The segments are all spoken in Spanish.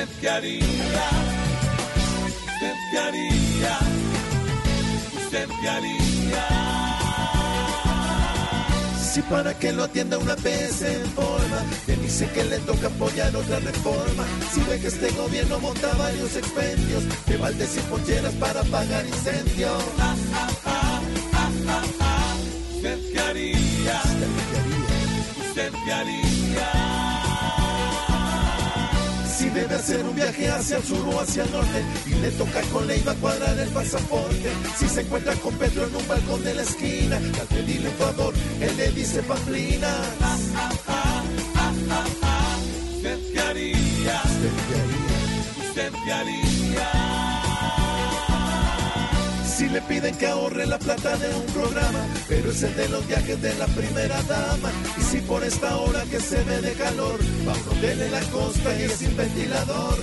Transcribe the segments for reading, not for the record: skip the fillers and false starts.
¿Usted qué haría? ¿Usted qué haría? ¿Usted qué haría? Si para que lo atienda una PS en forma, le dice que le toca apoyar otra reforma. Si ve que este gobierno monta varios expendios de baldes y poncheras para pagar incendios. ¿Usted qué haría? ¿Usted qué haría? Si debe hacer un viaje hacia el sur o hacia el norte y le toca con Leiva cuadrar el pasaporte. Si se encuentra con Petro en un balcón de la esquina, al pedirle un favor, él le dice pamplina. ¿Usted qué haría? ¿Usted qué haría? Si le piden que ahorre la plata de un programa, pero es el de los viajes de la primera dama. Y si por esta hora que se ve de calor, va a un hotel en la costa y es sin ventilador.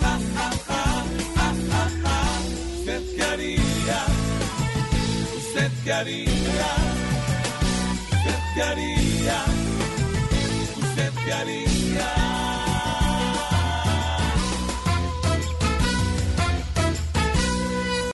¿Usted qué haría? ¿Usted qué haría? ¿Usted qué haría? ¿Usted qué haría?